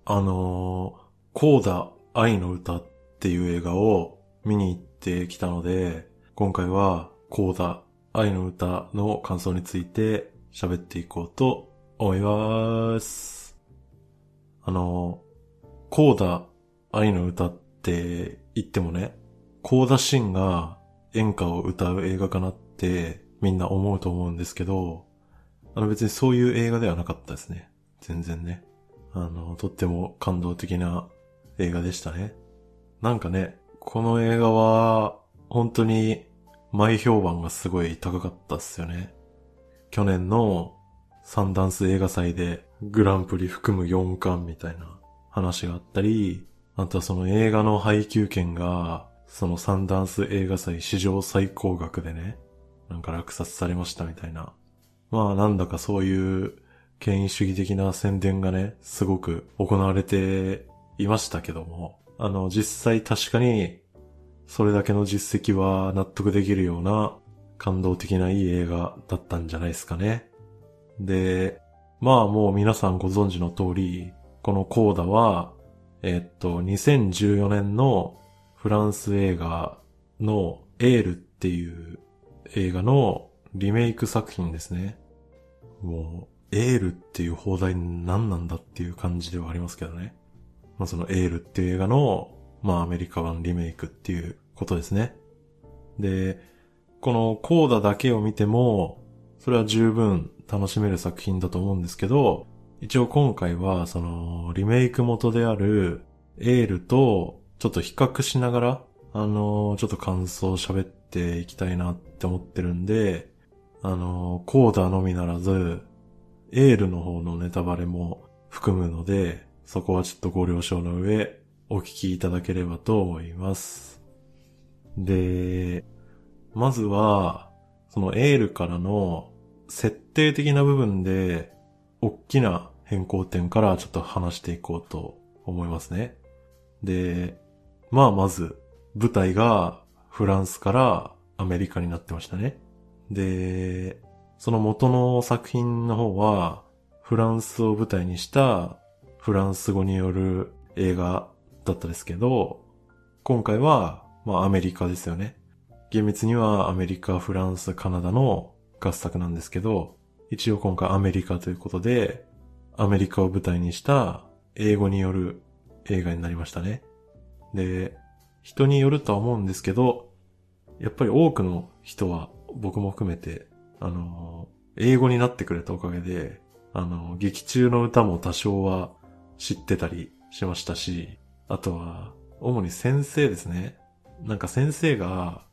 コーダ愛の歌っていう映画を見に行ってきたので、今回はコーダ愛の歌の感想について喋っていこうと思います。コーダ愛の歌って言ってもね、コーダシンが演歌を歌う映画かなってみんな思うと思うんですけど、別にそういう映画ではなかったですね。全然ね。とっても感動的な映画でしたね。なんかね、この映画は本当に前評判がすごい高かったっすよね。去年のサンダンス映画祭でグランプリ含む4冠みたいな話があったり、あとはその映画の配給権がそのサンダンス映画祭史上最高額でね、なんか落札されましたみたいな。まあなんだかそういう権威主義的な宣伝がね、すごく行われていましたけども、実際確かにそれだけの実績は納得できるような感動的ないい映画だったんじゃないですかね。で、まあもう皆さんご存知の通り、このコーダは、2014年のフランス映画のエールっていう映画のリメイク作品ですね。もう、エールっていう放題何なんだっていう感じではありますけどね。まあそのエールっていう映画の、まあアメリカ版リメイクっていうことですね。で、このコーダだけを見ても、それは十分楽しめる作品だと思うんですけど、一応今回はそのリメイク元であるエールとちょっと比較しながら、ちょっと感想を喋っていきたいなって思ってるんで、コーダのみならず、エールの方のネタバレも含むので、そこはちょっとご了承の上、お聞きいただければと思います。で、まずは、そのエールからの設定的な部分で、大きな変更点からちょっと話していこうと思いますね。で、まあまず、舞台がフランスからアメリカになってましたね。で、その元の作品の方は、フランスを舞台にしたフランス語による映画だったですけど、今回は、まあアメリカですよね。厳密にはアメリカ、フランス、カナダの合作なんですけど、一応今回アメリカということで、アメリカを舞台にした英語による映画になりましたね。で、人によるとは思うんですけど、やっぱり多くの人は僕も含めて、英語になってくれたおかげで、劇中の歌も多少は知ってたりしましたし、あとは、主に先生ですね。なんか先生が、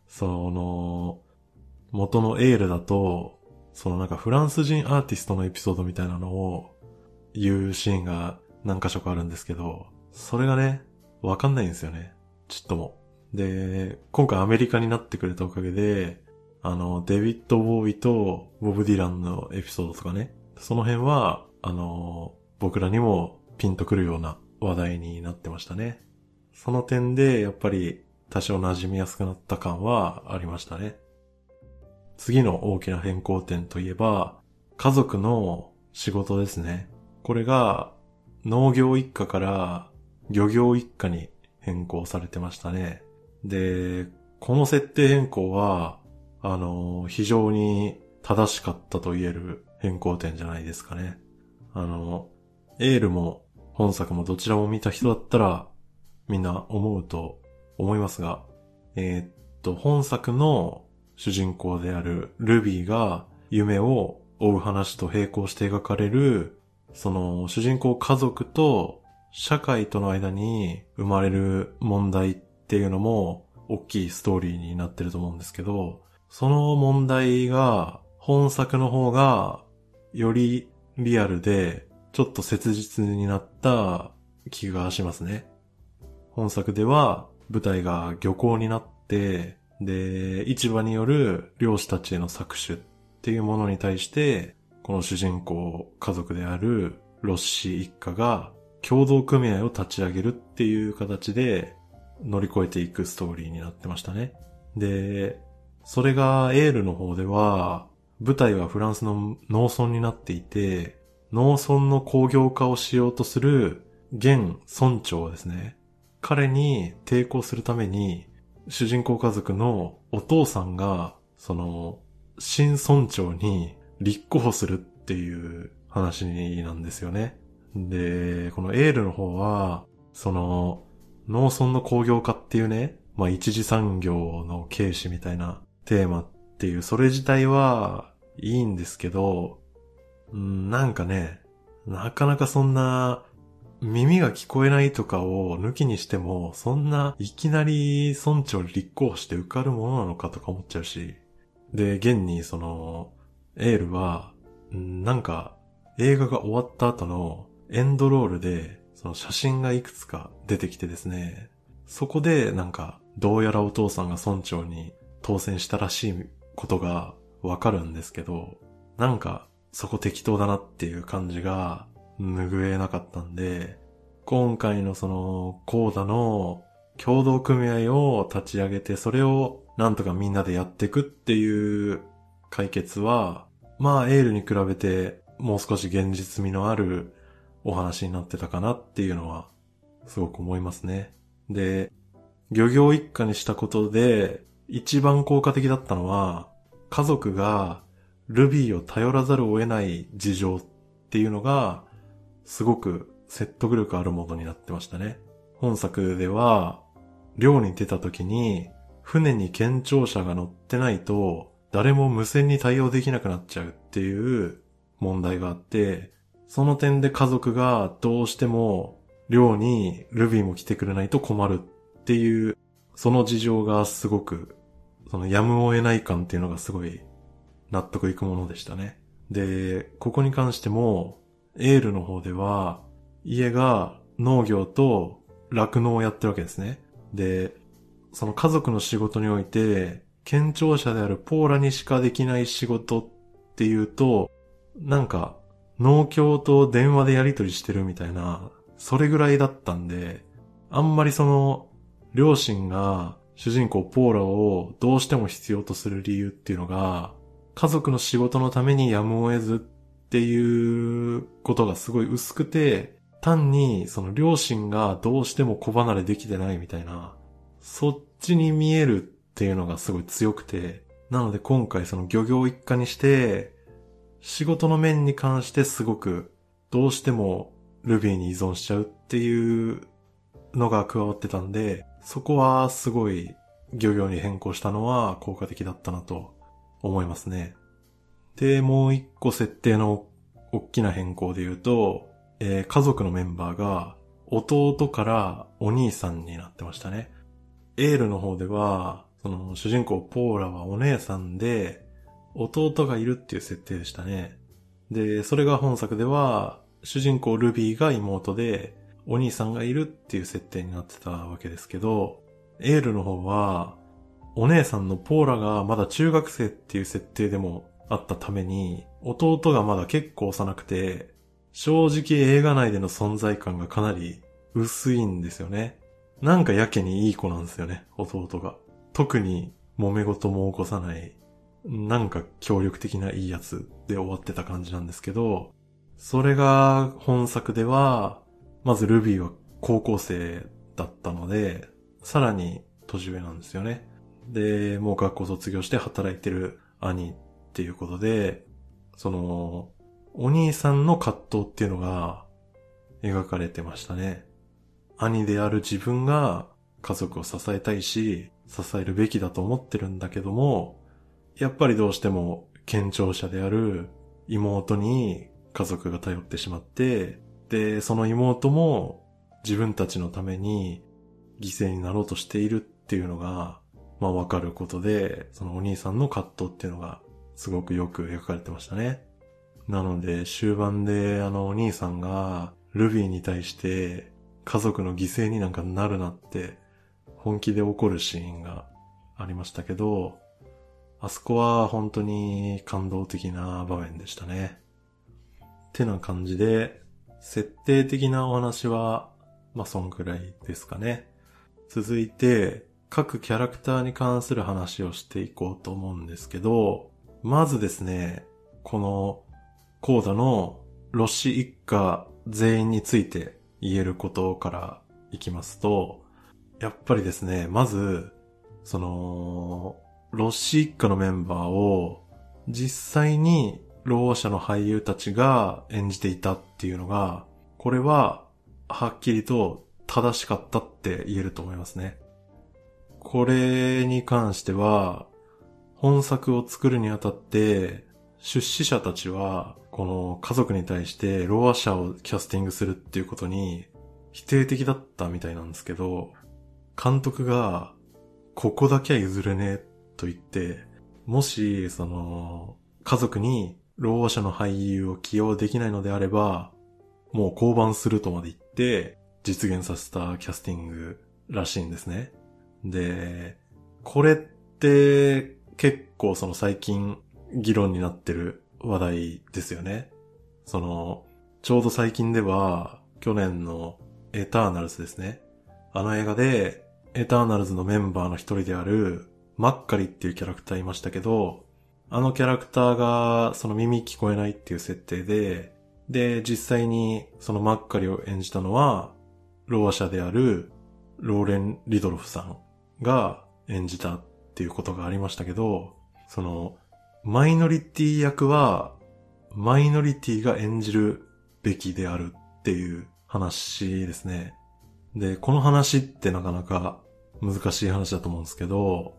元のエールだと、なんかフランス人アーティストのエピソードみたいなのを言うシーンが何箇所かあるんですけど、それがね、わかんないんですよね。ちっとも。で、今回アメリカになってくれたおかげで、デビッド・ボーイとボブ・ディランのエピソードとかね、その辺は、僕らにもピンとくるような話題になってましたね。その点で、やっぱり多少馴染みやすくなった感はありましたね。次の大きな変更点といえば、家族の仕事ですね。これが農業一家から漁業一家に変更されてましたね。で、この設定変更は、非常に正しかったと言える変更点じゃないですかね。エールも本作もどちらも見た人だったらみんな思うと思いますが、本作の主人公であるルビーが夢を追う話と並行して描かれる、その主人公家族と社会との間に生まれる問題っていうのも大きいストーリーになってると思うんですけど、その問題が本作の方がよりリアルでちょっと切実になった気がしますね。本作では舞台が漁港になって、で、市場による漁師たちへの搾取っていうものに対して、この主人公家族であるロッシー一家が協同組合を立ち上げるっていう形で乗り越えていくストーリーになってましたね。で、それがエールの方では、舞台はフランスの農村になっていて、農村の工業化をしようとする現村長ですね。彼に抵抗するために、主人公家族のお父さんが、新村長に立候補するっていう話なんですよね。で、このエールの方は、農村の工業化っていうね、一次産業の軽視みたいなテーマっていう、それ自体はいいんですけど、なんかね、なかなかそんな、耳が聞こえないとかを抜きにしても、そんないきなり村長に立候補して受かるものなのかとか思っちゃうし。で、現にエールは、なんか映画が終わった後のエンドロールで、その写真がいくつか出てきてですね、そこでなんか、どうやらお父さんが村長に当選したらしいことがわかるんですけど、なんか、そこ適当だなっていう感じが拭えなかったんで、今回のコーダの協同組合を立ち上げて、それをなんとかみんなでやっていくっていう解決は、エールに比べてもう少し現実味のあるお話になってたかなっていうのはすごく思いますね。で、漁業一家にしたことで一番効果的だったのは、家族がルビーを頼らざるを得ない事情っていうのがすごく説得力あるものになってましたね。本作では漁に出た時に船に健聴者が乗ってないと誰も無線に対応できなくなっちゃうっていう問題があって、その点で家族がどうしても漁にルビーも来てくれないと困るっていう、その事情がすごく、やむを得ない感っていうのがすごい納得いくものでしたね。で、ここに関してもエールの方では家が農業と酪農をやってるわけですね。で、その家族の仕事において健聴者であるポーラにしかできない仕事っていうと、なんか農協と電話でやり取りしてるみたいな、それぐらいだったんで、あんまり両親が主人公ポーラをどうしても必要とする理由っていうのが、家族の仕事のためにやむを得ずっていうことがすごい薄くて、単に両親がどうしても子離れできてないみたいな、そっちに見えるっていうのがすごい強くて、なので今回漁業一家にして、仕事の面に関してすごくどうしてもルビーに依存しちゃうっていうのが加わってたんで、そこはすごい漁業に変更したのは効果的だったなと思いますね。で、もう一個設定の大きな変更で言うと、家族のメンバーが弟からお兄さんになってましたね。エールの方では、主人公ポーラはお姉さんで、弟がいるっていう設定でしたね。で、それが本作では、主人公ルビーが妹で、お兄さんがいるっていう設定になってたわけですけど、エールの方は、お姉さんのポーラがまだ中学生っていう設定でもあったために、弟がまだ結構幼くて、正直映画内での存在感がかなり薄いんですよね。なんかやけにいい子なんですよね、弟が。特に揉め事も起こさない、なんか協力的ないいやつで終わってた感じなんですけど、それが本作では、まずルビーは高校生だったので、さらに年上なんですよね。で、もう学校卒業して働いてる兄っていうことで、お兄さんの葛藤っていうのが描かれてましたね。兄である自分が家族を支えたいし、支えるべきだと思ってるんだけども、やっぱりどうしても健聴者である妹に家族が頼ってしまって、で、その妹も自分たちのために犠牲になろうとしているっていうのが、わかることで、そのお兄さんの葛藤っていうのがすごくよく描かれてましたね。なので終盤でお兄さんがルビーに対して家族の犠牲になんかなるなって本気で怒るシーンがありましたけど、あそこは本当に感動的な場面でしたね。ってな感じで、設定的なお話は、そんくらいですかね。続いて、各キャラクターに関する話をしていこうと思うんですけど、まずですね、このコーダのロッシ一家全員について言えることからいきますと、やっぱりですね、まず、ロッシー一家のメンバーを実際にろう者の俳優たちが演じていたっていうのが、これははっきりと正しかったって言えると思いますね。これに関しては、本作を作るにあたって、出資者たちは、この家族に対してろう者をキャスティングするっていうことに否定的だったみたいなんですけど、監督が、ここだけは譲れねえと言って、もし、家族にろう者の俳優を起用できないのであれば、もう降板するとまで言って、実現させたキャスティングらしいんですね。で、これって結構最近議論になってる話題ですよね。ちょうど最近では、去年のエターナルズですね。あの映画で、エターナルズのメンバーの一人である、マッカリっていうキャラクターいましたけど、あのキャラクターが耳聞こえないっていう設定で、実際にマッカリを演じたのは、ろう者であるローレン・リドロフさんが演じたっていうことがありましたけど、マイノリティ役は、マイノリティが演じるべきであるっていう話ですね。で、この話ってなかなか難しい話だと思うんですけど、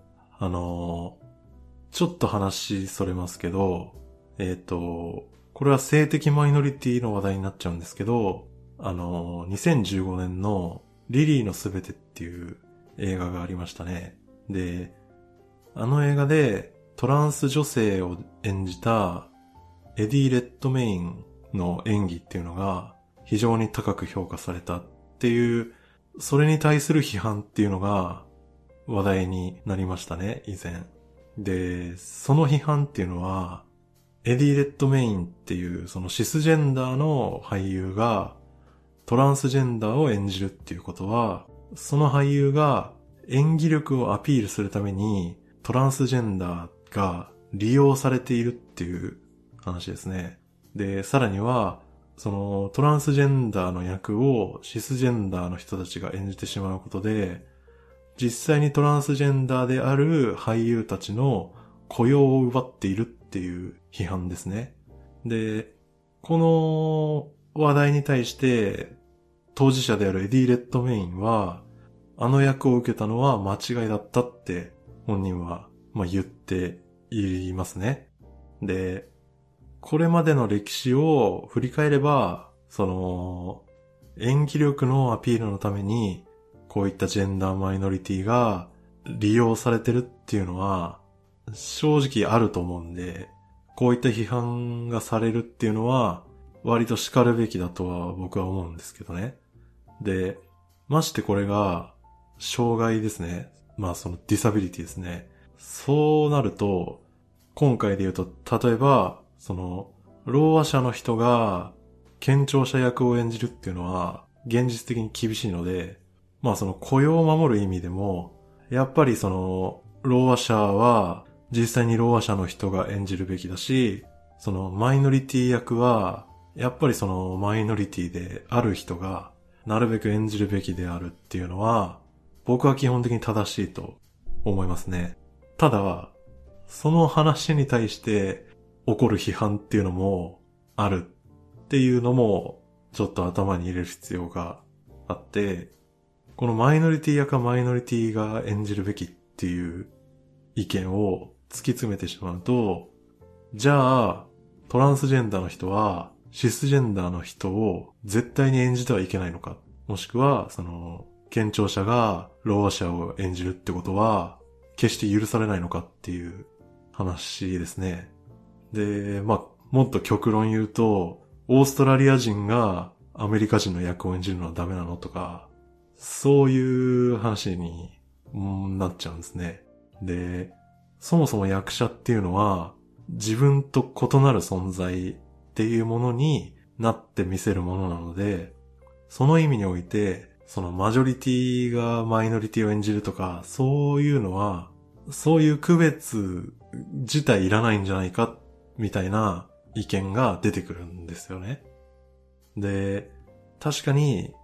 ちょっと話それますけど、これは性的マイノリティの話題になっちゃうんですけど、2015年のリリーのすべてっていう映画がありましたね。で、あの映画でトランス女性を演じたエディ・レッドメインの演技っていうのが非常に高く評価されたっていう、それに対する批判っていうのが話題になりましたね、以前。で、その批判っていうのは、エディ・レッドメインっていうシスジェンダーの俳優がトランスジェンダーを演じるっていうことは、その俳優が演技力をアピールするためにトランスジェンダーが利用されているっていう話ですね。で、さらには、トランスジェンダーの役をシスジェンダーの人たちが演じてしまうことで、実際にトランスジェンダーである俳優たちの雇用を奪っているっていう批判ですね。で、この話題に対して当事者であるエディ・レッドメインは、あの役を受けたのは間違いだったって本人は言っていますね。で、これまでの歴史を振り返れば、演技力のアピールのために、こういったジェンダーマイノリティが利用されてるっていうのは、正直あると思うんで、こういった批判がされるっていうのは、割と叱るべきだとは僕は思うんですけどね。で、ましてこれが、障害ですね。ディサビリティですね。そうなると、今回で言うと、例えば、ろう者の人が、健聴者役を演じるっていうのは、現実的に厳しいので、雇用を守る意味でも、やっぱりろう者は、実際にろう者の人が演じるべきだし、マイノリティ役は、やっぱりマイノリティである人が、なるべく演じるべきであるっていうのは、僕は基本的に正しいと思いますね。ただ、その話に対して起こる批判っていうのもあるっていうのもちょっと頭に入れる必要があって、このマイノリティ役はマイノリティが演じるべきっていう意見を突き詰めてしまうと、じゃあトランスジェンダーの人はシスジェンダーの人を絶対に演じてはいけないのか、もしくは健聴者がろう者を演じるってことは決して許されないのかっていう話ですね。で、もっと極論言うと、オーストラリア人がアメリカ人の役を演じるのはダメなのとか、そういう話になっちゃうんですね。で、そもそも役者っていうのは自分と異なる存在っていうものになって見せるものなので、その意味において、マジョリティがマイノリティを演じるとか、そういうのは、そういう区別自体いらないんじゃないか、みたいな意見が出てくるんですよね。で、確かに、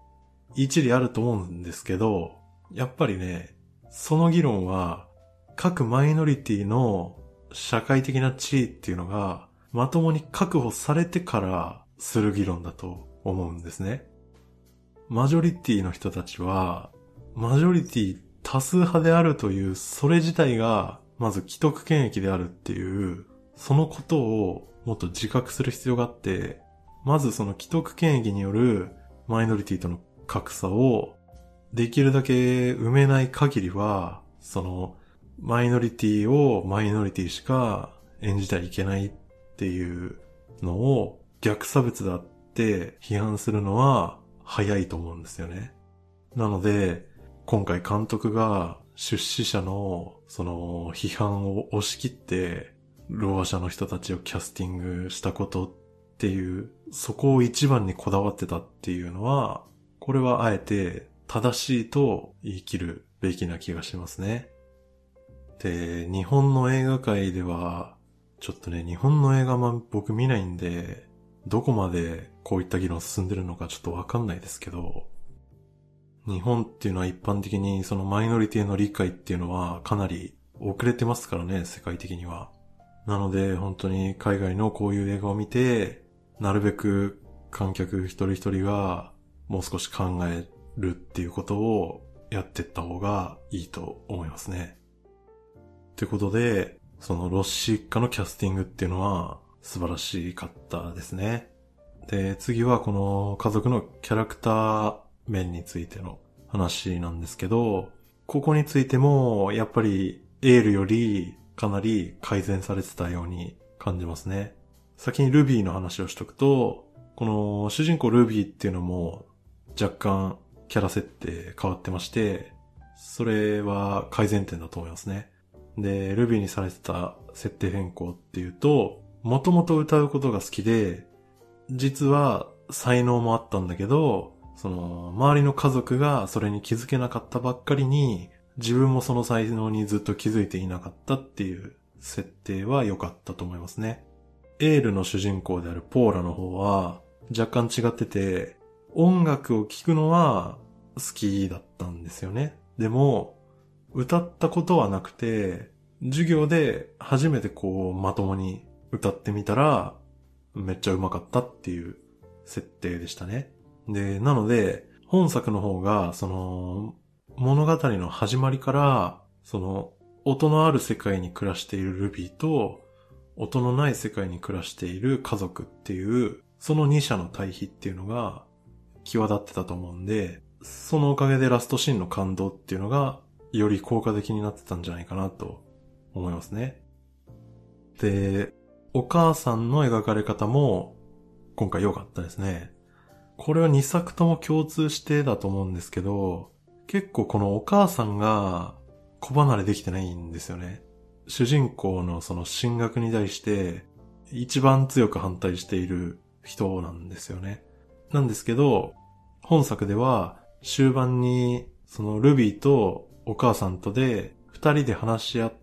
一理あると思うんですけど、やっぱりね、その議論は各マイノリティの社会的な地位っていうのがまともに確保されてからする議論だと思うんですね。マジョリティの人たちは、マジョリティ多数派であるというそれ自体がまず既得権益であるっていう、そのことをもっと自覚する必要があって、まずその既得権益によるマイノリティとの格差をできるだけ埋めない限りは、そのマイノリティをマイノリティしか演じてはいけないっていうのを逆差別だって批判するのは早いと思うんですよね。なので、今回監督が出資者のその批判を押し切ってろうあ者の人たちをキャスティングしたことっていう、そこを一番にこだわってたっていうのは、これはあえて正しいと言い切るべきな気がしますね。で、日本の映画界では、ちょっとね、日本の映画僕見ないんで、どこまでこういった議論進んでるのかちょっとわかんないですけど、日本っていうのは一般的にそのマイノリティの理解っていうのはかなり遅れてますからね、世界的には。なので本当に海外のこういう映画を見て、なるべく観客一人一人がもう少し考えるっていうことをやっていった方がいいと思いますね。ということで、そのロッシー一家のキャスティングっていうのは素晴らしかったですね。で、次はこの家族のキャラクター面についての話なんですけど、ここについてもやっぱりエールよりかなり改善されてたように感じますね。先にルビーの話をしとくと、この主人公ルビーっていうのも若干キャラ設定変わってまして、それは改善点だと思いますね。で、ルビーにされてた設定変更っていうと、もともと歌うことが好きで、実は才能もあったんだけど、その周りの家族がそれに気づけなかったばっかりに、自分もその才能にずっと気づいていなかったっていう設定は良かったと思いますね。エールの主人公であるポーラの方は若干違ってて、音楽を聴くのは好きだったんですよね。でも、歌ったことはなくて、授業で初めてこうまともに歌ってみたら、めっちゃ上手かったっていう設定でしたね。で、なので、本作の方が、その、物語の始まりから、その、音のある世界に暮らしているルビーと、音のない世界に暮らしている家族っていう、その二者の対比っていうのが、際立ってたと思うんで、そのおかげでラストシーンの感動っていうのが、より効果的になってたんじゃないかなと思いますね。で、お母さんの描かれ方も今回良かったですね。これは2作とも共通してだと思うんですけど、結構このお母さんが子離れできてないんですよね。主人公のその進学に対して一番強く反対している人なんですよね。なんですけど、本作では終盤にそのルビーとお母さんとで二人で話し合って、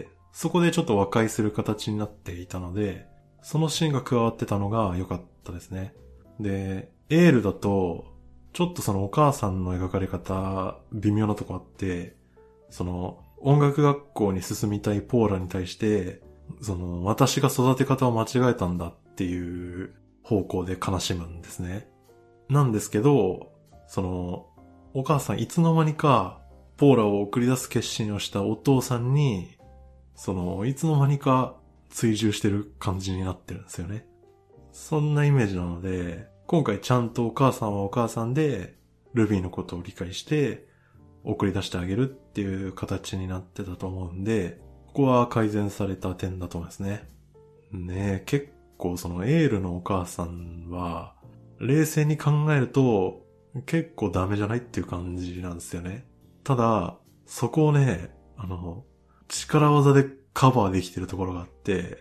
そこでちょっと和解する形になっていたので、そのシーンが加わってたのが良かったですね。で、エールだと、ちょっとそのお母さんの描かれ方、微妙なとこあって、その音楽学校に進みたいポーラに対して、その私が育て方を間違えたんだっていう方向で悲しむんですね。なんですけど、そのお母さんいつの間にかポーラを送り出す決心をしたお父さんに、そのいつの間にか追従してる感じになってるんですよね。そんなイメージなので、今回ちゃんとお母さんはお母さんでルビーのことを理解して送り出してあげるっていう形になってたと思うんで、ここは改善された点だと思いますね。ねえ、結構そのエールのお母さんは冷静に考えると結構ダメじゃないっていう感じなんですよね。ただ、そこをね、力技でカバーできてるところがあって、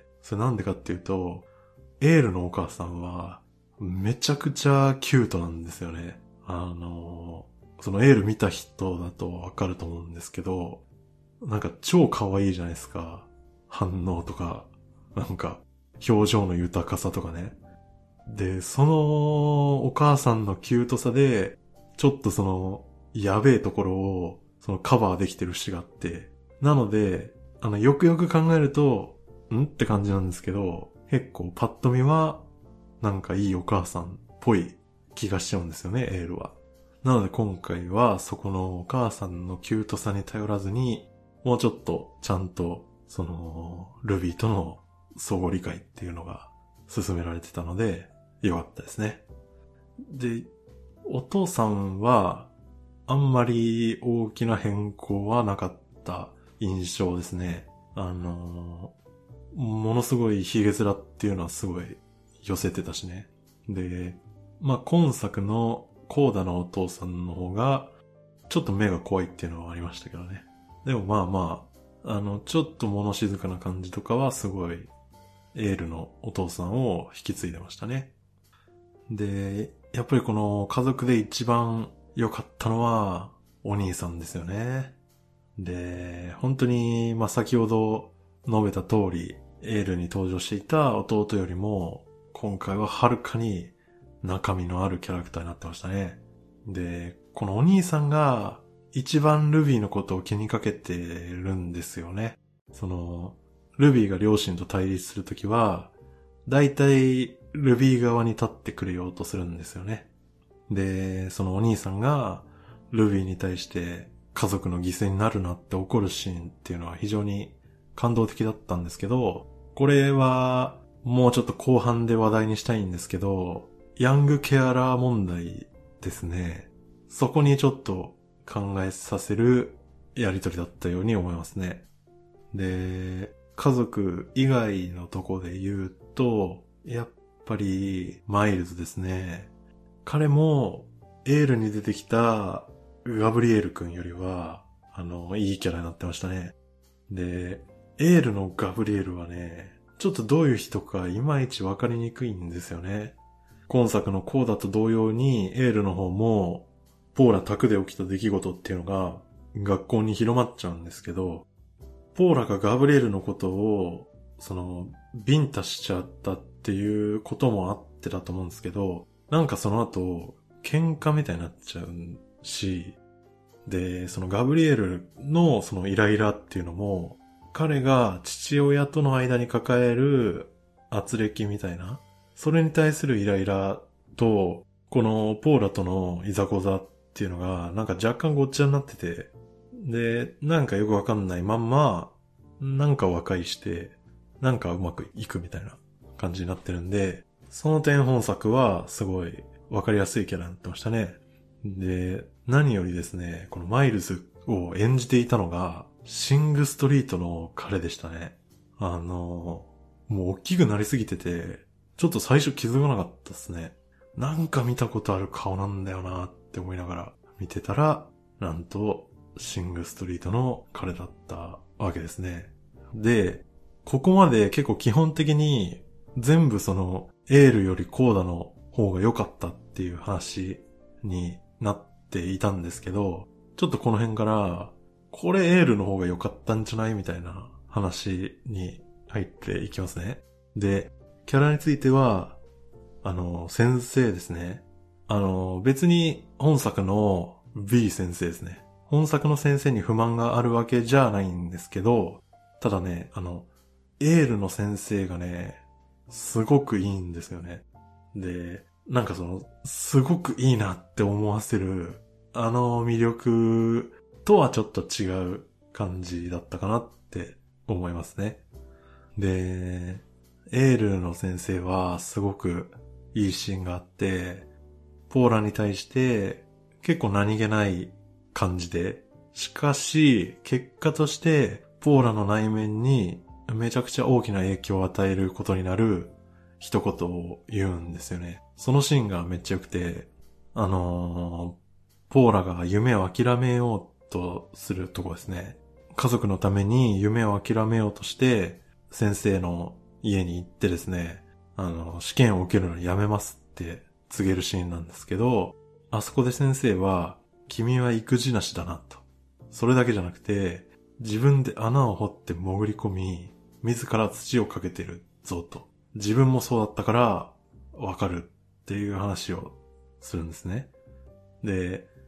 それなんでかっていうと、エールのお母さんはめちゃくちゃキュートなんですよね。そのエール見た人だとわかると思うんですけど、なんか超可愛いじゃないですか。反応とか、なんか表情の豊かさとかね。で、そのお母さんのキュートさで、 ちょっとその、やべえところを、そのカバーできてる節があって、なので、よくよく考えると、んって感じなんですけど、結構パッと見は、なんかいいお母さんっぽい気がしちゃうんですよね、エールは。なので今回はそこのお母さんのキュートさに頼らずに、もうちょっとちゃんと、その、ルビーとの相互理解っていうのが進められてたので、よかったですね。で、お父さんは、あんまり大きな変更はなかった印象ですね。ものすごいヒゲ面っていうのはすごい寄せてたしね。で、まあ、今作のコーダのお父さんの方が、ちょっと目が怖いっていうのはありましたけどね。でもまあまあ、ちょっと物静かな感じとかはすごい、エールのお父さんを引き継いでましたね。で、やっぱりこの家族で一番良かったのは、お兄さんですよね。で、本当に、まあ、先ほど述べた通り、エールに登場していた弟よりも、今回ははるかに中身のあるキャラクターになってましたね。で、このお兄さんが一番ルビーのことを気にかけてるんですよね。その、ルビーが両親と対立するときは、だいたいルビー側に立ってくれようとするんですよね。で、そのお兄さんがルビーに対して家族の犠牲になるなって怒るシーンっていうのは非常に感動的だったんですけど、これはもうちょっと後半で話題にしたいんですけど、ヤングケアラー問題ですね。そこにちょっと考えさせるやりとりだったように思いますね。で、家族以外のとこで言うと、やっぱりマイルズですね。彼もエールに出てきたガブリエル君よりは、いいキャラになってましたね。で、エールのガブリエルはね、ちょっとどういう人かいまいちわかりにくいんですよね。今作のコーダと同様にエールの方も、ポーラ宅で起きた出来事っていうのが学校に広まっちゃうんですけど、ポーラがガブリエルのことを、ビンタしちゃったっていうこともあってだと思うんですけど、なんかその後、喧嘩みたいになっちゃうし、で、そのガブリエルのそのイライラっていうのも、彼が父親との間に抱える圧力みたいな、それに対するイライラと、このポーラとのいざこざっていうのが、なんか若干ごっちゃになってて、で、なんかよくわかんないまんま、なんか和解して、なんかうまくいくみたいな感じになってるんで、その点本作はすごいわかりやすいキャラになってましたね。で、何よりですね、このマイルズを演じていたのが、シングストリートの彼でしたね。もう大きくなりすぎてて、ちょっと最初気づかなかったですね。なんか見たことある顔なんだよなって思いながら見てたら、なんと、シングストリートの彼だったわけですね。で、ここまで結構基本的に全部そのエールよりコーダの方が良かったっていう話になっていたんですけど、ちょっとこの辺からこれエールの方が良かったんじゃないみたいな話に入っていきますね。で、キャラについては、先生ですね。別に本作の B 先生ですね。本作の先生に不満があるわけじゃないんですけど、ただね、エールの先生がね、すごくいいんですよね。で、なんかすごくいいなって思わせる、魅力とはちょっと違う感じだったかなって思いますね。で、エールの先生はすごくいいシーンがあって、ポーラに対して結構何気ない感じで、しかし結果としてポーラの内面にめちゃくちゃ大きな影響を与えることになる一言を言うんですよね。そのシーンがめっちゃ良くて、ポーラが夢を諦めようとするとこですね。家族のために夢を諦めようとして先生の家に行ってですね、試験を受けるのやめますって告げるシーンなんですけど、あそこで先生は、君は育児なしだなと。それだけじゃなくて、自分で穴を掘って潜り込み、自ら土をかけてるぞと。自分もそうだったから、わかるっていう話をするんですね。で、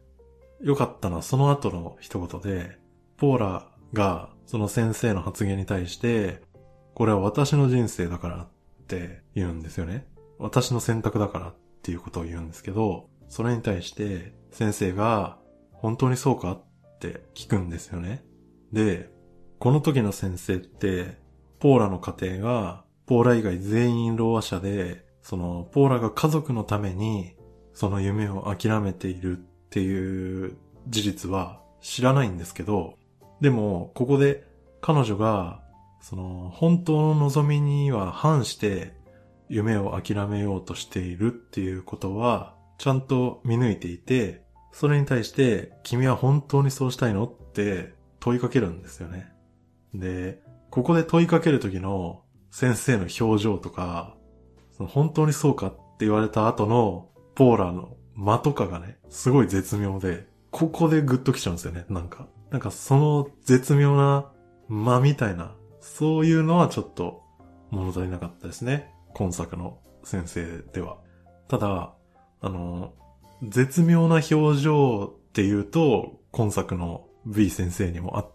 良かったのはその後の一言で、ポーラがその先生の発言に対して、これは私の人生だからって言うんですよね。私の選択だからっていうことを言うんですけど、それに対して先生が本当にそうかって聞くんですよね。で、この時の先生って、ポーラの家庭がポーラ以外全員ろうあ者で、そのポーラが家族のためにその夢を諦めているっていう事実は知らないんですけど、でもここで彼女がその本当の望みには反して夢を諦めようとしているっていうことはちゃんと見抜いていて、それに対して君は本当にそうしたいのって問いかけるんですよね。で、ここで問いかける時の先生の表情とか、その本当にそうかって言われた後のポーラの間とかがね、すごい絶妙で、ここでグッときちゃうんですよね、なんかその絶妙な間みたいな、そういうのはちょっと物足りなかったですね。今作の先生では。ただ、絶妙な表情っていうと、今作の V 先生にもあって、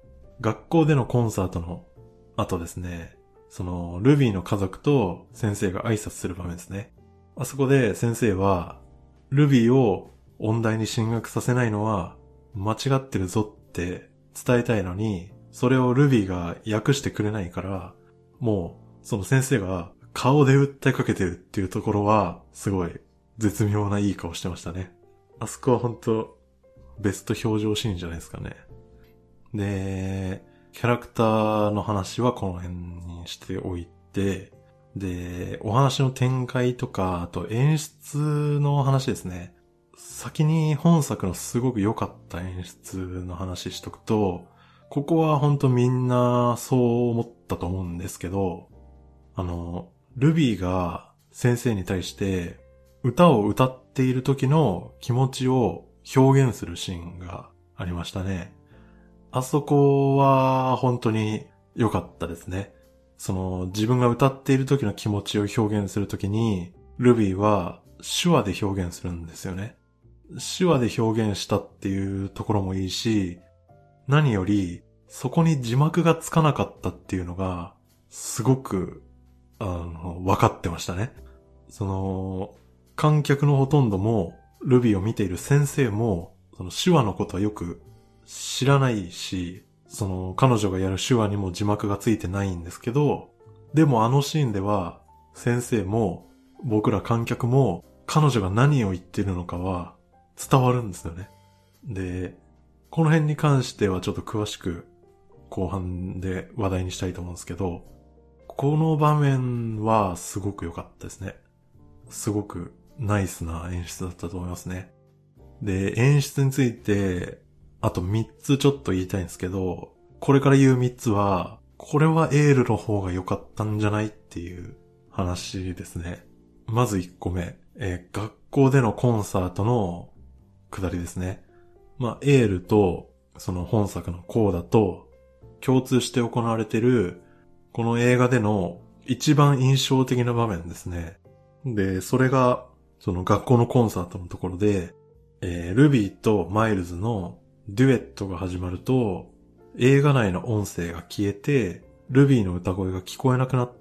学校でのコンサートの後ですね、そのルビーの家族と先生が挨拶する場面ですね。あそこで先生は、ルビーを音大に進学させないのは間違ってるぞって伝えたいのに、それをルビーが訳してくれないから、もうその先生が顔で訴えかけてるっていうところは、すごい絶妙ないい顔してましたね。あそこは本当ベスト表情シーンじゃないですかね。で、キャラクターの話はこの辺にしておいて、で、お話の展開とか、あと演出の話ですね。先に本作のすごく良かった演出の話しとくと、ここは本当みんなそう思ったと思うんですけど、ルビーが先生に対して歌を歌っている時の気持ちを表現するシーンがありましたね。あそこは本当に良かったですね。その自分が歌っている時の気持ちを表現するときに、ルビーは手話で表現するんですよね。手話で表現したっていうところもいいし、何よりそこに字幕がつかなかったっていうのがすごく分かってましたね。その観客のほとんどもルビーを見ている先生もその手話のことはよく知らないし、その彼女がやる手話にも字幕がついてないんですけど、でもあのシーンでは先生も僕ら観客も彼女が何を言っているのかは伝わるんですよね。で、この辺に関してはちょっと詳しく後半で話題にしたいと思うんですけど、この場面はすごく良かったですね。すごくナイスな演出だったと思いますね。で、演出についてあと3つちょっと言いたいんですけど、これから言う3つは、これはエールの方が良かったんじゃないっていう話ですね。まず1個目、学校でのコンサートの下りですね。エールとその本作のコーダと共通して行われているこの映画での一番印象的な場面ですね。で、それがその学校のコンサートのところで、ルビーとマイルズのデュエットが始まると、映画内の音声が消えて、ルビーの歌声が聞こえなくなって、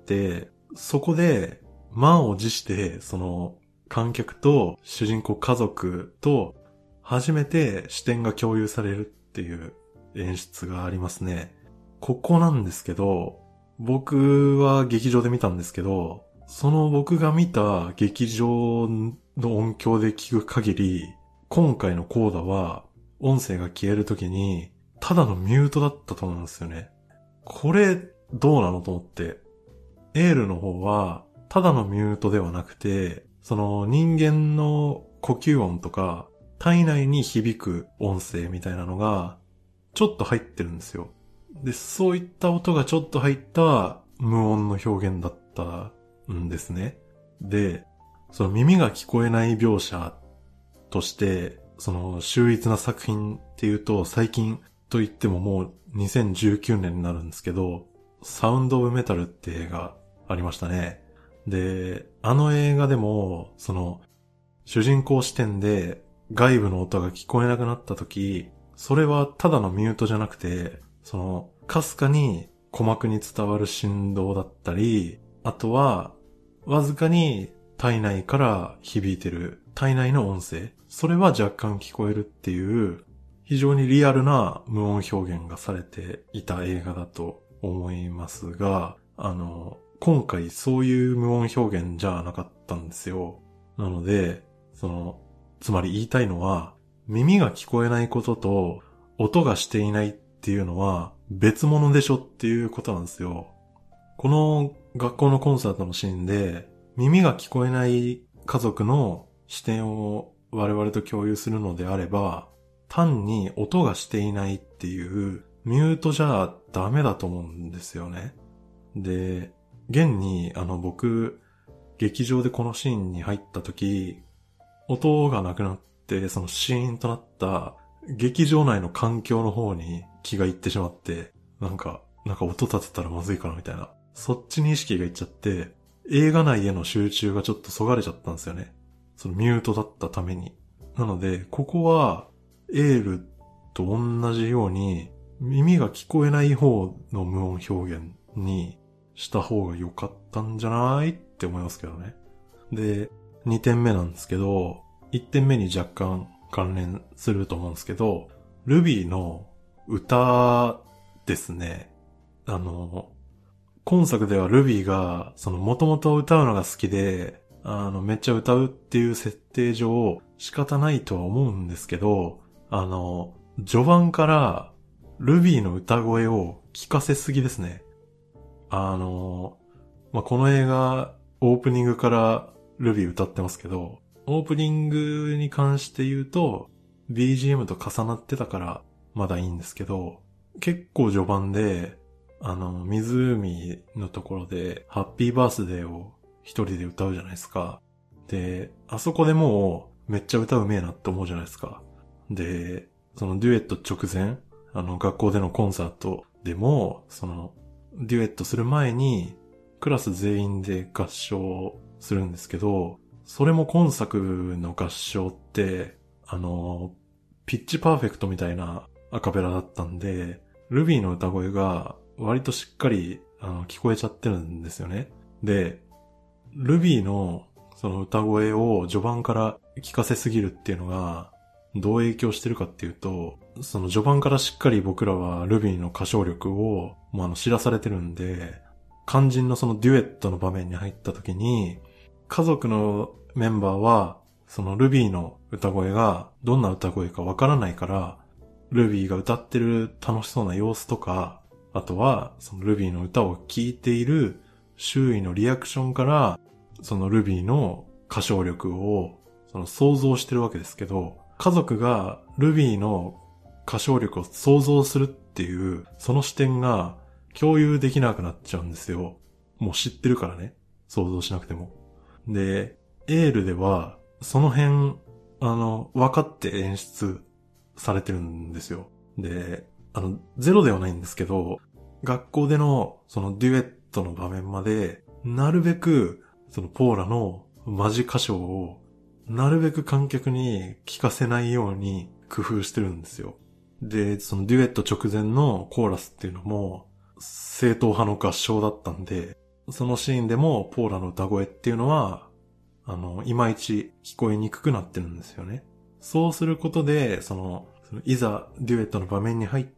そこで満を持して、その観客と主人公家族と初めて視点が共有されるっていう演出がありますね。ここなんですけど、僕は劇場で見たんですけど、その僕が見た劇場の音響で聞く限り、今回のコーダは音声が消えるときにただのミュートだったと思うんですよね。これどうなのと思って、エールの方はただのミュートではなくて、その人間の呼吸音とか体内に響く音声みたいなのがちょっと入ってるんですよ。で、そういった音がちょっと入った無音の表現だったんですね。で、その耳が聞こえない描写として、その秀逸な作品っていうと、最近と言ってももう2019年になるんですけど、サウンドオブメタルって映画ありましたね。で、あの映画でも、その主人公視点で外部の音が聞こえなくなった時、それはただのミュートじゃなくて、かすかに鼓膜に伝わる振動だったり、あとは、わずかに体内から響いてる体内の音声、それは若干聞こえるっていう、非常にリアルな無音表現がされていた映画だと思いますが、今回そういう無音表現じゃなかったんですよ。なので、つまり言いたいのは、耳が聞こえないことと音がしていないっていうのは別物でしょっていうことなんですよ。この学校のコンサートのシーンで、耳が聞こえない家族の視点を我々と共有するのであれば、単に音がしていないっていうミュートじゃダメだと思うんですよね。で、現に僕、劇場でこのシーンに入った時、音がなくなってそのシーンとなった劇場内の環境の方に気がいってしまって、なんか音立てたらまずいかなみたいな。そっちに意識がいっちゃって、映画内への集中がちょっとそがれちゃったんですよね。そのミュートだったために。なので、ここは、エールと同じように、耳が聞こえない方の無音表現にした方が良かったんじゃないって思いますけどね。で、2点目なんですけど、1点目に若干関連すると思うんですけど、ルビーの歌ですね。今作ではルビーが、元々歌うのが好きで、めっちゃ歌うっていう設定上仕方ないとは思うんですけど、序盤からルビーの歌声を聞かせすぎですね。この映画、オープニングからルビー歌ってますけど、オープニングに関して言うと、BGM と重なってたからまだいいんですけど、結構序盤で、湖のところで、ハッピーバースデーを一人で歌うじゃないですか。で、あそこでもう、めっちゃ歌うめえなって思うじゃないですか。で、そのデュエット直前、学校でのコンサートでも、デュエットする前に、クラス全員で合唱するんですけど、それも今作の合唱って、ピッチパーフェクトみたいなアカペラだったんで、ルビーの歌声が割としっかり聞こえちゃってるんですよね。で、ルビーのその歌声を序盤から聞かせすぎるっていうのがどう影響してるかっていうと、その序盤からしっかり僕らはルビーの歌唱力を知らされてるんで、肝心のそのデュエットの場面に入った時に、家族のメンバーはそのルビーの歌声がどんな歌声かわからないから、ルビーが歌ってる楽しそうな様子とか、あとはそのルビーの歌を聴いている周囲のリアクションから、そのルビーの歌唱力を想像してるわけですけど、家族がルビーの歌唱力を想像するっていう、その視点が共有できなくなっちゃうんですよ。もう知ってるからね。想像しなくても。で、エールでは、その辺、分かって演出されてるんですよ。で、ゼロではないんですけど、学校でのそのデュエットの場面まで、なるべく、そのポーラのマジ歌唱を、なるべく観客に聞かせないように工夫してるんですよ。で、そのデュエット直前のコーラスっていうのも、正統派の合唱だったんで、そのシーンでもポーラの歌声っていうのは、いまいち聞こえにくくなってるんですよね。そうすることで、いざデュエットの場面に入って、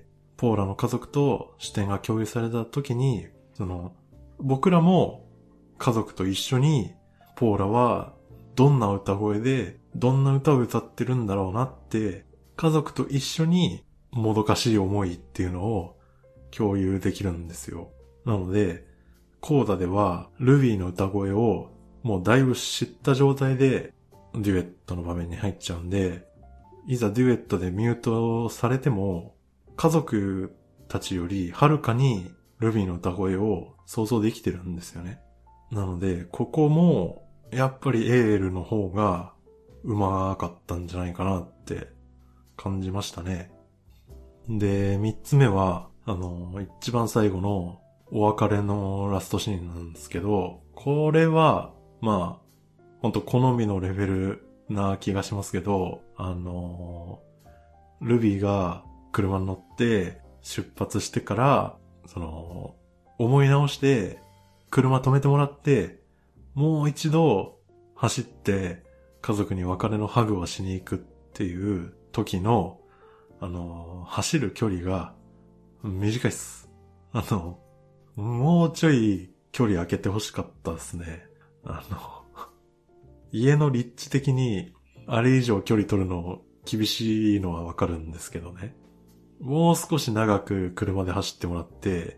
ポーラの家族と視点が共有された時に、僕らも家族と一緒に、ポーラはどんな歌声で、どんな歌を歌ってるんだろうなって、家族と一緒にもどかしい思いっていうのを共有できるんですよ。なので、コーダではルビーの歌声をもうだいぶ知った状態でデュエットの場面に入っちゃうんで、いざデュエットでミュートされても、家族たちよりはるかにルビーの歌声を想像できてるんですよね。なので、ここもやっぱりエールの方がうまかったんじゃないかなって感じましたね。で、三つ目は、一番最後のお別れのラストシーンなんですけど、これは、ほんと好みのレベルな気がしますけど、ルビーが車に乗って出発してから、思い直して車止めてもらって、もう一度走って家族に別れのハグをしに行くっていう時の、走る距離が短いっす。もうちょい距離空けてほしかったですね。家の立地的にあれ以上距離取るの厳しいのはわかるんですけどね。もう少し長く車で走ってもらって、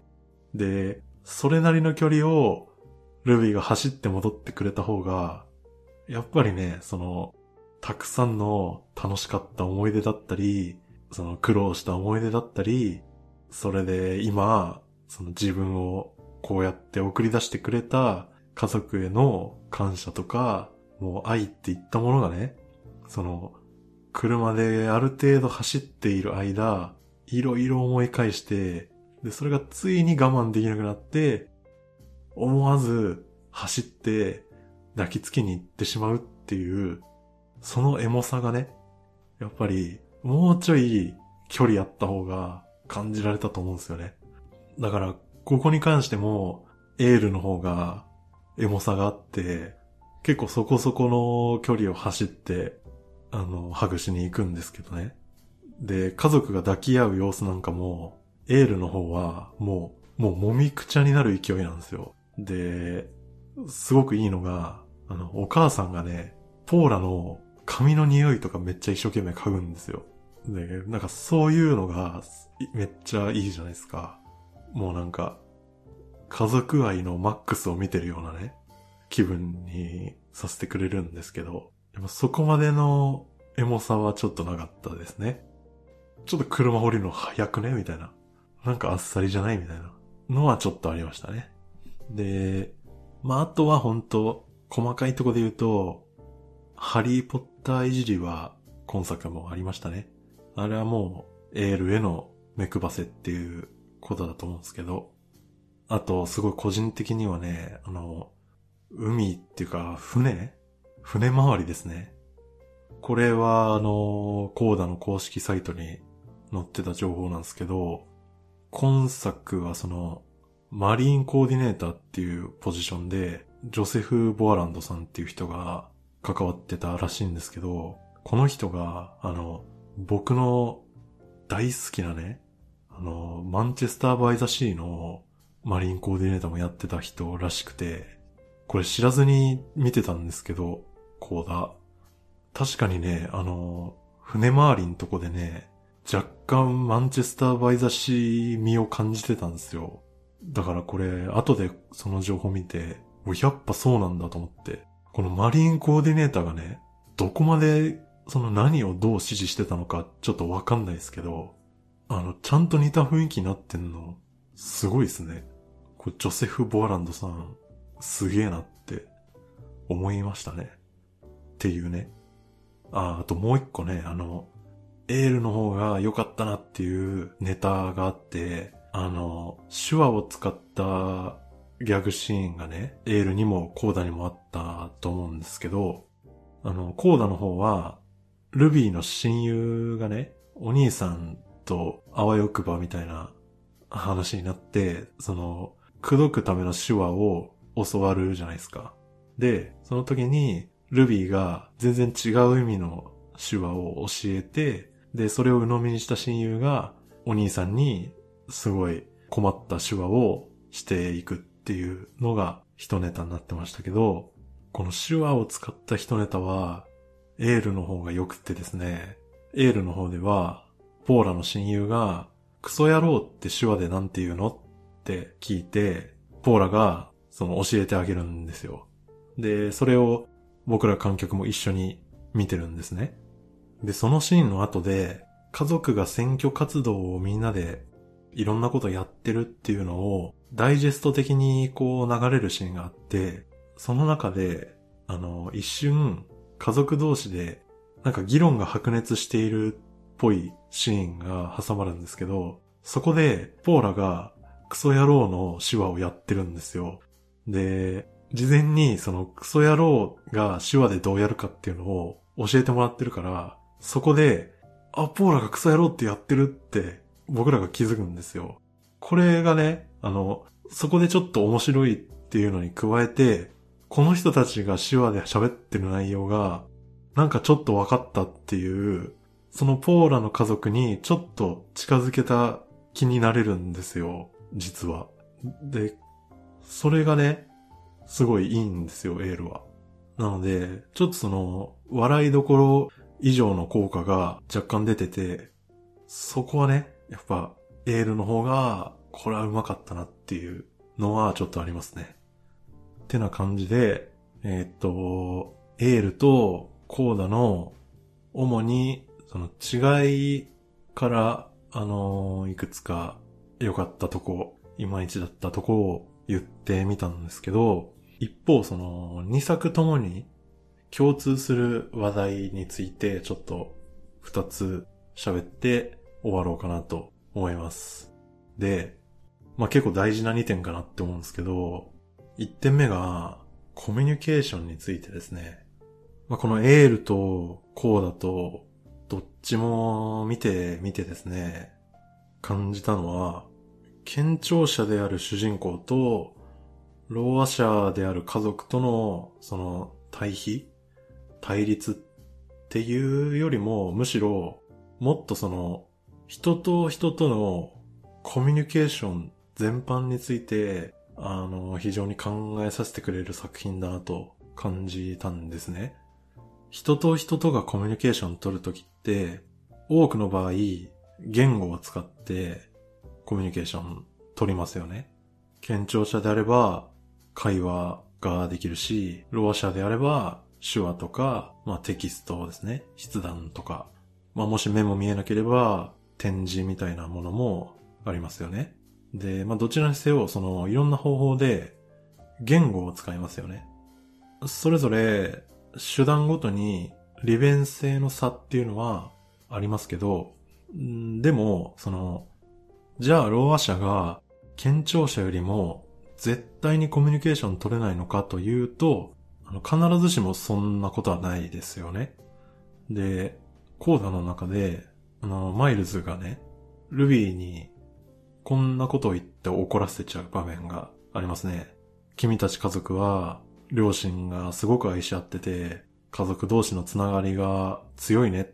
で、それなりの距離をルビーが走って戻ってくれた方が、やっぱりね、たくさんの楽しかった思い出だったり、苦労した思い出だったり、それで今、自分をこうやって送り出してくれた家族への感謝とか、もう愛っていったものがね、車である程度走っている間、いろいろ思い返して、で、それがついに我慢できなくなって、思わず走って抱きつきに行ってしまうっていう、そのエモさがね、やっぱりもうちょい距離あった方が感じられたと思うんですよね。だから、ここに関しても、エールの方がエモさがあって、結構そこそこの距離を走って、ハグしに行くんですけどね。で、家族が抱き合う様子なんかも、エールの方はもうもみくちゃになる勢いなんですよ。で、すごくいいのが、お母さんがね、ポーラの髪の匂いとかめっちゃ一生懸命嗅ぐんですよ。で、なんかそういうのがめっちゃいいじゃないですか。もうなんか、家族愛のマックスを見てるようなね、気分にさせてくれるんですけど、でもそこまでのエモさはちょっとなかったですね。ちょっと車降りるの早くねみたいな。なんかあっさりじゃないみたいなのはちょっとありましたね。で、あとは本当細かいところで言うと、ハリーポッターいじりは今作もありましたね。あれはもうエールへの目配せっていうことだと思うんですけど、あとすごい個人的にはね、海っていうか船回りですね。これはコーダの公式サイトに載ってた情報なんですけど、今作はマリーンコーディネーターっていうポジションで、ジョセフ・ボアランドさんっていう人が関わってたらしいんですけど、この人が、僕の大好きなね、マンチェスター・バイ・ザ・シーのマリーンコーディネーターもやってた人らしくて、これ知らずに見てたんですけど、コーダ。確かにね、船回りのとこでね、若干マンチェスターバイザシー味を感じてたんですよ。だからこれ、後でその情報見て、やっぱそうなんだと思って。このマリンコーディネーターがね、どこまで何をどう指示してたのかちょっとわかんないですけど、ちゃんと似た雰囲気になってんの、すごいですね。これジョセフ・ボアランドさん、すげえなって思いましたね。っていうね。あともう一個ね、エールの方が良かったなっていうネタがあって、手話を使ったギャグシーンがね、エールにもコーダにもあったと思うんですけど、コーダの方は、ルビーの親友がね、お兄さんとあわよくばみたいな話になって、口説くための手話を教わるじゃないですか。で、その時に、ルビーが全然違う意味の手話を教えて、で、それを鵜呑みにした親友がお兄さんにすごい困った手話をしていくっていうのが一ネタになってましたけど、この手話を使った一ネタはエールの方が良くてですね、エールの方ではポーラの親友がクソ野郎って手話でなんて言うのって聞いて、ポーラが教えてあげるんですよ。で、それを僕ら観客も一緒に見てるんですね。で、そのシーンの後で、家族が選挙活動をみんなでいろんなことやってるっていうのを、ダイジェスト的にこう流れるシーンがあって、その中で、一瞬、家族同士で、なんか議論が白熱しているっぽいシーンが挟まるんですけど、そこで、ポーラがクソ野郎の手話をやってるんですよ。で、事前にクソ野郎が手話でどうやるかっていうのを教えてもらってるから、そこで、あ、ポーラがクソ野郎ってやってるって僕らが気づくんですよ。これがね、そこでちょっと面白いっていうのに加えて、この人たちが手話で喋ってる内容が、なんかちょっと分かったっていう、そのポーラの家族にちょっと近づけた気になれるんですよ、実は。で、それがね、すごいいいんですよ、エールは。なので、ちょっとその、笑いどころ以上の効果が若干出てて、そこはね、やっぱ、エールの方が、これは上手かったなっていうのはちょっとありますね。ってな感じで、エールとコーダの、主に、その違いから、いくつか良かったとこ、いまいちだったとこを言ってみたんですけど、一方その2作ともに共通する話題についてちょっと2つ喋って終わろうかなと思います。で、結構大事な2点かなって思うんですけど、1点目がコミュニケーションについてですね。このエールとコーダとどっちも見てですね、感じたのは、健聴者である主人公と、ろうあ者である家族との、その、対立っていうよりも、むしろ、もっとその、人と人とのコミュニケーション全般について、非常に考えさせてくれる作品だなと感じたんですね。人と人とがコミュニケーション取るときって、多くの場合、言語を使ってコミュニケーション取りますよね。健聴者であれば会話ができるし、ろう者であれば手話とか、テキストですね。筆談とか、もし目も見えなければ点字みたいなものもありますよね。で、どちらにせよ、そのいろんな方法で言語を使いますよね。それぞれ手段ごとに利便性の差っていうのはありますけど、でも、じゃあ、ろうあ者が健聴者よりも絶対にコミュニケーション取れないのかというと、必ずしもそんなことはないですよね。で、コーダの中で、マイルズがね、ルビーにこんなことを言って怒らせちゃう場面がありますね。君たち家族は、両親がすごく愛し合ってて、家族同士のつながりが強いねって。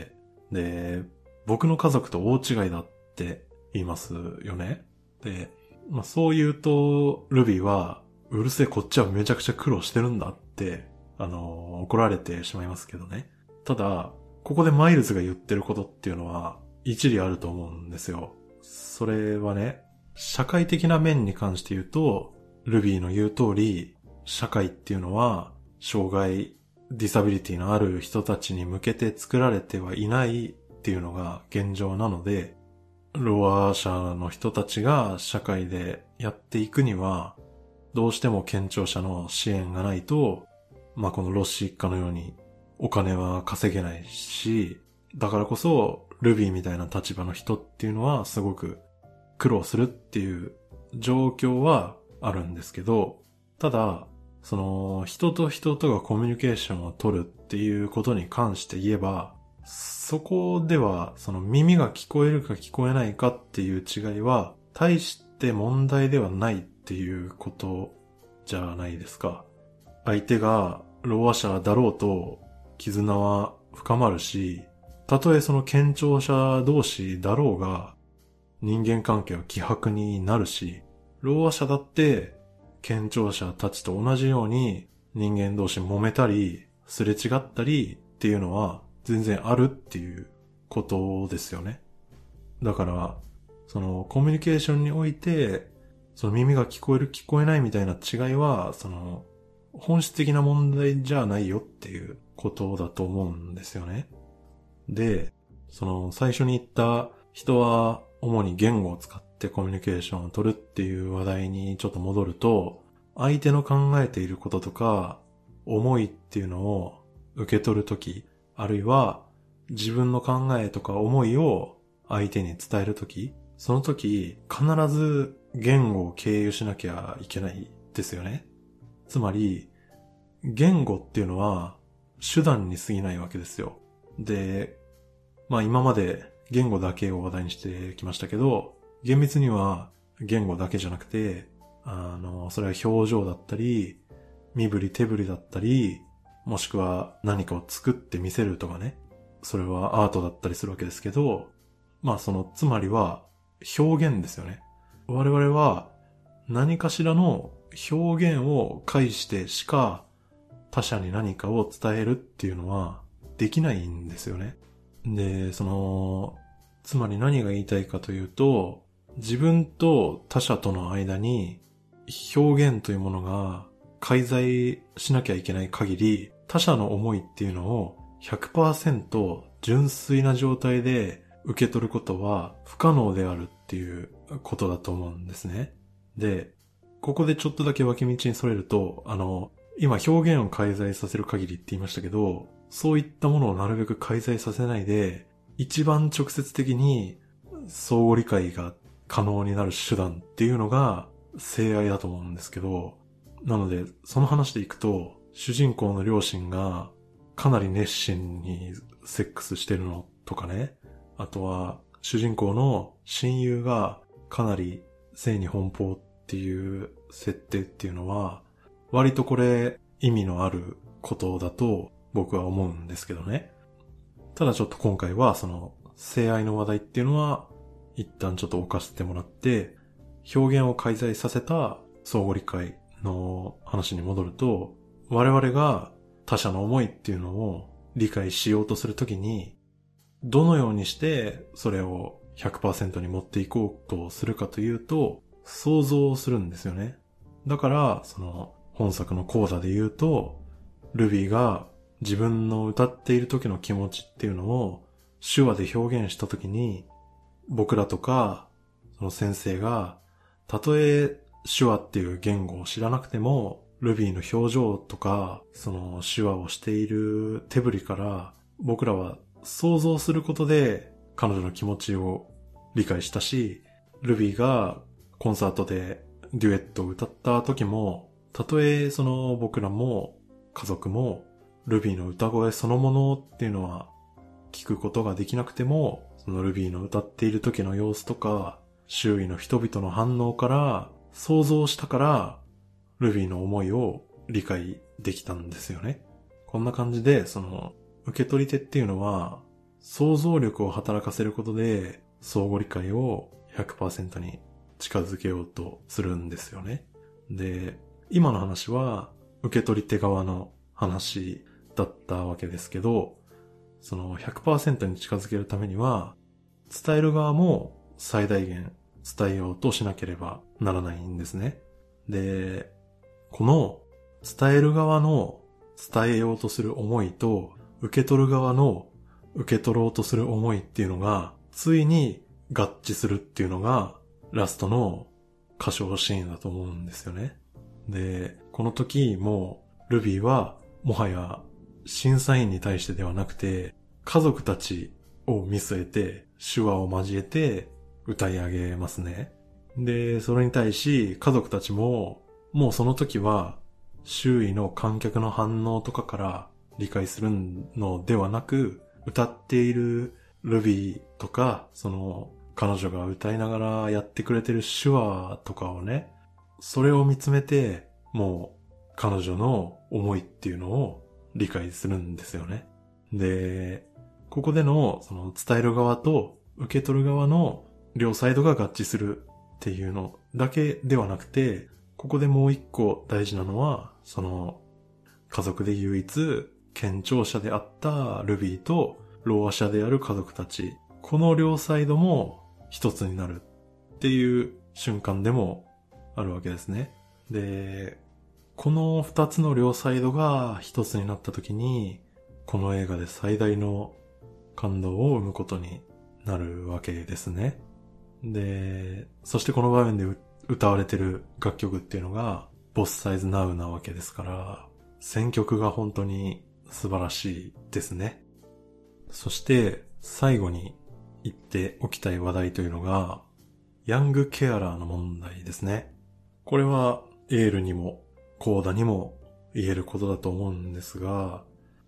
で、僕の家族と大違いだって言いますよね。で、そう言うと、ルビーは、うるせえこっちはめちゃくちゃ苦労してるんだって、怒られてしまいますけどね。ただ、ここでマイルズが言ってることっていうのは、一理あると思うんですよ。それはね、社会的な面に関して言うと、ルビーの言う通り、社会っていうのは、障害、ディサビリティのある人たちに向けて作られてはいないっていうのが現状なので、ろうあ者の人たちが社会でやっていくには、どうしても健聴者の支援がないと、このロッシー一家のようにお金は稼げないし、だからこそルビーみたいな立場の人っていうのはすごく苦労するっていう状況はあるんですけど、ただ、その人と人とがコミュニケーションを取るっていうことに関して言えば、そこではその耳が聞こえるか聞こえないかっていう違いは大して問題ではないっていうことじゃないですか。相手がろうあ者だろうと絆は深まるし、たとえその健聴者同士だろうが人間関係は希薄になるし、ろうあ者だって健聴者たちと同じように人間同士揉めたりすれ違ったりっていうのは全然あるっていうことですよね。だから、そのコミュニケーションにおいて、その耳が聞こえる聞こえないみたいな違いは、その本質的な問題じゃないよっていうことだと思うんですよね。で、その最初に言った人は主に言語を使ってコミュニケーションを取るっていう話題にちょっと戻ると、相手の考えていることとか思いっていうのを受け取るとき、あるいは自分の考えとか思いを相手に伝えるとき、その時必ず言語を経由しなきゃいけないですよね。つまり言語っていうのは手段に過ぎないわけですよ。で、今まで言語だけを話題にしてきましたけど、厳密には言語だけじゃなくて、それは表情だったり、身振り手振りだったり、もしくは何かを作って見せるとかね。それはアートだったりするわけですけど、つまりは表現ですよね。我々は何かしらの表現を介してしか他者に何かを伝えるっていうのはできないんですよね。で、つまり何が言いたいかというと、自分と他者との間に表現というものが介在しなきゃいけない限り、他者の思いっていうのを 100% 純粋な状態で受け取ることは不可能であるっていうことだと思うんですね。で、ここでちょっとだけ脇道にそれると、今表現を介在させる限りって言いましたけど、そういったものをなるべく介在させないで、一番直接的に相互理解が可能になる手段っていうのが性愛だと思うんですけど、なので、その話でいくと、主人公の両親がかなり熱心にセックスしてるのとかね。あとは、主人公の親友がかなり性に奔放っていう設定っていうのは、割とこれ意味のあることだと僕は思うんですけどね。ただちょっと今回は性愛の話題っていうのは一旦ちょっと置かせてもらって、表現を介在させた相互理解の話に戻ると、我々が他者の思いっていうのを理解しようとするときに、どのようにしてそれを 100% に持っていこうとするかというと、想像をするんですよね。だから、本作のコーダで言うと、ルビーが自分の歌っている時の気持ちっていうのを手話で表現した時に、僕らとか、その先生が、たとえ手話っていう言語を知らなくても、ルビーの表情とか、その手話をしている手振りから、僕らは想像することで彼女の気持ちを理解したし、ルビーがコンサートでデュエットを歌った時も、たとえ僕らも家族もルビーの歌声そのものっていうのは聞くことができなくても、そのルビーの歌っている時の様子とか、周囲の人々の反応から想像したから、ルビーの思いを理解できたんですよね。こんな感じで、受け取り手っていうのは、想像力を働かせることで、相互理解を 100% に近づけようとするんですよね。で、今の話は、受け取り手側の話だったわけですけど、100% に近づけるためには、伝える側も最大限伝えようとしなければならないんですね。で、この伝える側の伝えようとする思いと受け取る側の受け取ろうとする思いっていうのがついに合致するっていうのがラストの歌唱シーンだと思うんですよね。で、この時もルビーはもはや審査員に対してではなくて家族たちを見据えて手話を交えて歌い上げますね。で、それに対し家族たちももうその時は周囲の観客の反応とかから理解するのではなく、歌っているルビーとか、彼女が歌いながらやってくれてる手話とかをね、それを見つめて、もう彼女の思いっていうのを理解するんですよね。で、ここでの伝える側と受け取る側の両サイドが合致するっていうのだけではなくて、ここでもう一個大事なのは、家族で唯一健聴者であったルビーとろう話者である家族たち、この両サイドも一つになるっていう瞬間でもあるわけですね。で、この二つの両サイドが一つになった時に、この映画で最大の感動を生むことになるわけですね。で、そしてこの場面で歌われてる楽曲っていうのがボスサイズナウなわけですから、選曲が本当に素晴らしいですね。そして最後に言っておきたい話題というのが、ヤングケアラーの問題ですね。これはエールにもコーダにも言えることだと思うんですが、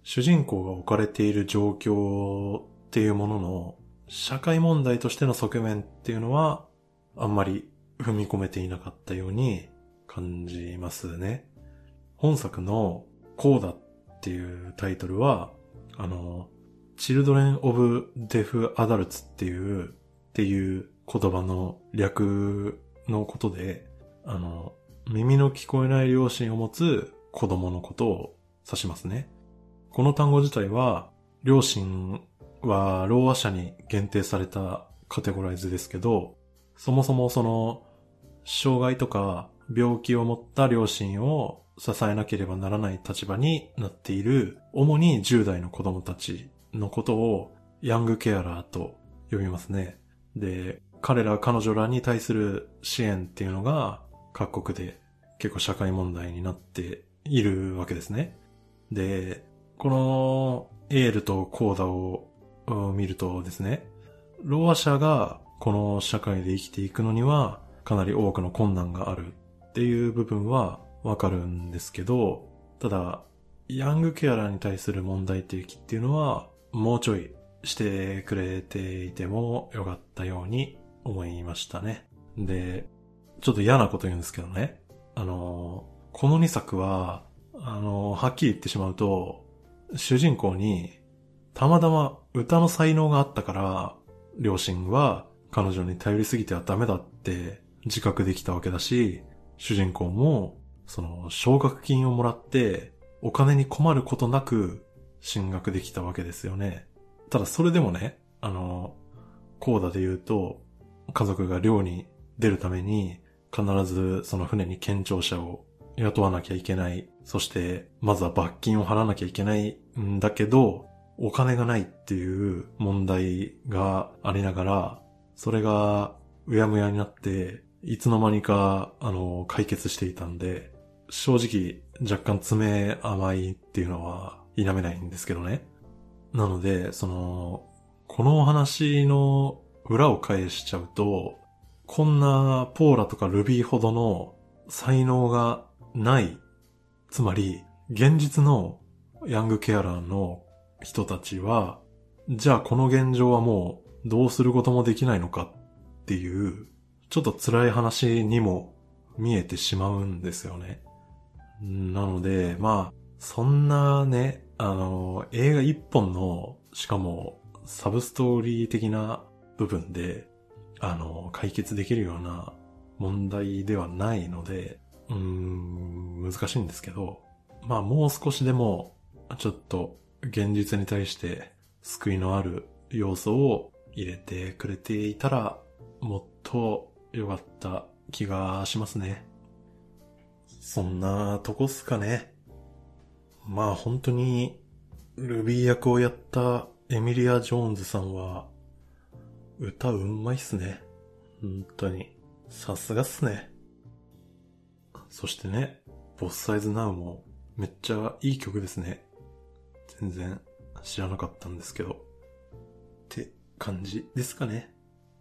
主人公が置かれている状況っていうものの社会問題としての側面っていうのはあんまり踏み込めていなかったように感じますね。本作のコーダっていうタイトルは、Children of Deaf Adults っていう言葉の略のことで、耳の聞こえない両親を持つ子供のことを指しますね。この単語自体は、両親はろう話者に限定されたカテゴライズですけど、そもそもその、障害とか病気を持った両親を支えなければならない立場になっている、主に10代の子供たちのことを、ヤングケアラーと呼びますね。で、彼女らに対する支援っていうのが、各国で結構社会問題になっているわけですね。で、このエールとコーダを見るとですね、ろう話者がこの社会で生きていくのにはかなり多くの困難があるっていう部分はわかるんですけど、ただ、ヤングケアラーに対する問題提起っていうのはもうちょいしてくれていてもよかったように思いましたね。で、ちょっと嫌なこと言うんですけどね。この2作は、はっきり言ってしまうと、主人公にたまたま歌の才能があったから、両親は彼女に頼りすぎてはダメだって自覚できたわけだし、主人公もその奨学金をもらってお金に困ることなく進学できたわけですよね。ただそれでもね、コーダで言うと、家族が漁に出るために必ずその船に健聴者を雇わなきゃいけない。そしてまずは罰金を払わなきゃいけないんだけど、お金がないっていう問題がありながら、それがうやむやになっていつの間にか解決していたんで、正直若干爪甘いっていうのは否めないんですけどね。なので、このお話の裏を返しちゃうと、こんなポーラとかルビーほどの才能がない。つまり、現実のヤングケアラーの人たちは、じゃあこの現状はもうどうすることもできないのかっていう、ちょっと辛い話にも見えてしまうんですよね。なので、まあ、そんなね、映画一本の、しかもサブストーリー的な部分で、解決できるような問題ではないので、難しいんですけど、まあもう少しでも、ちょっと現実に対して救いのある要素を入れてくれていたら、もっと良かった気がしますね。そんなとこっすかね。まあ本当に、ルビー役をやったエミリア・ジョーンズさんは、歌うんまいっすね。本当に。さすがっすね。そしてね、ボスサイズナウもめっちゃいい曲ですね。全然知らなかったんですけど。って感じですかね。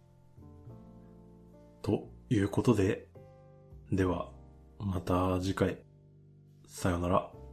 ということで、では、また次回。さよなら。